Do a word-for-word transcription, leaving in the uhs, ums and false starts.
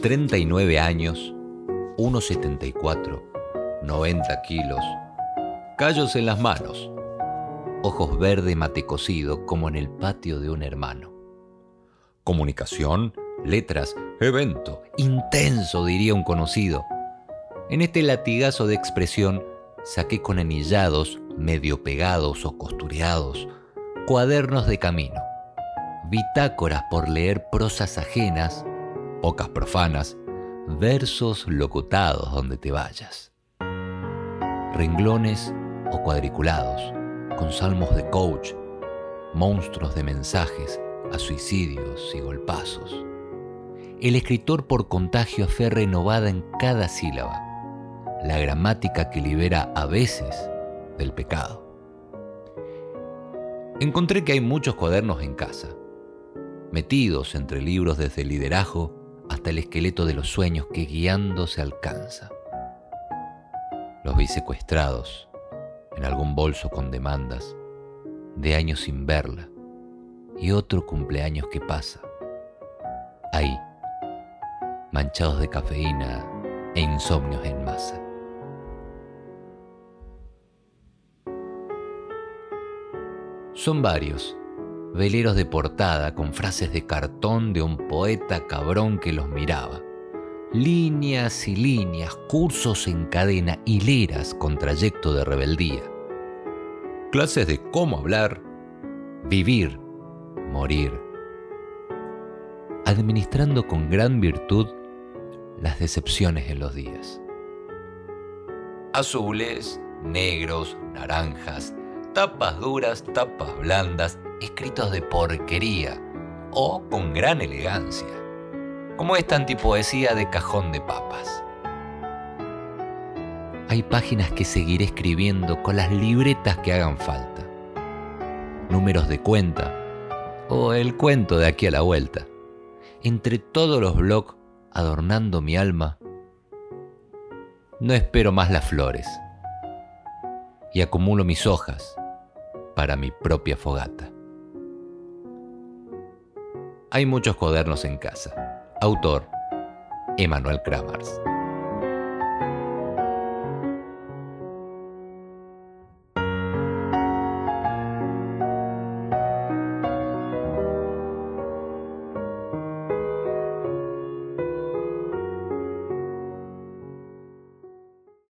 treinta y nueve años, uno setenta y cuatro, noventa kilos, callos en las manos, ojos verde mate cocido como en el patio de un hermano. Comunicación, letras, evento, intenso diría un conocido. En este latigazo de expresión saqué con anillados, medio pegados o costureados, cuadernos de camino, bitácoras por leer prosas ajenas, pocas profanas, versos locutados donde te vayas. Renglones o cuadriculados, con salmos de coach, monstruos de mensajes a suicidios y golpazos. El escritor por contagio a fe renovada en cada sílaba, la gramática que libera a veces del pecado. Encontré que hay muchos cuadernos en casa, metidos entre libros desde el liderazgo hasta el esqueleto de los sueños que guiando se alcanza. Los vi secuestrados en algún bolso con demandas de años sin verla y otro cumpleaños que pasa. Ahí, manchados de cafeína e insomnios en masa. Son varios, veleros de portada con frases de cartón de un poeta cabrón que los miraba. Líneas y líneas, cursos en cadena, hileras con trayecto de rebeldía. Clases de cómo hablar, vivir, morir. Administrando con gran virtud las decepciones en los días. Azules, negros, naranjas, tapas duras, tapas blandas, escritos de porquería o con gran elegancia, como esta antipoesía de cajón de papas. Hay páginas que seguiré escribiendo con las libretas que hagan falta, números de cuenta o el cuento de aquí a la vuelta. Entre todos los blogs adornando mi alma, no espero más las flores y acumulo mis hojas para mi propia fogata. Hay muchos cuadernos en casa. Autor, Emanuel Kramers.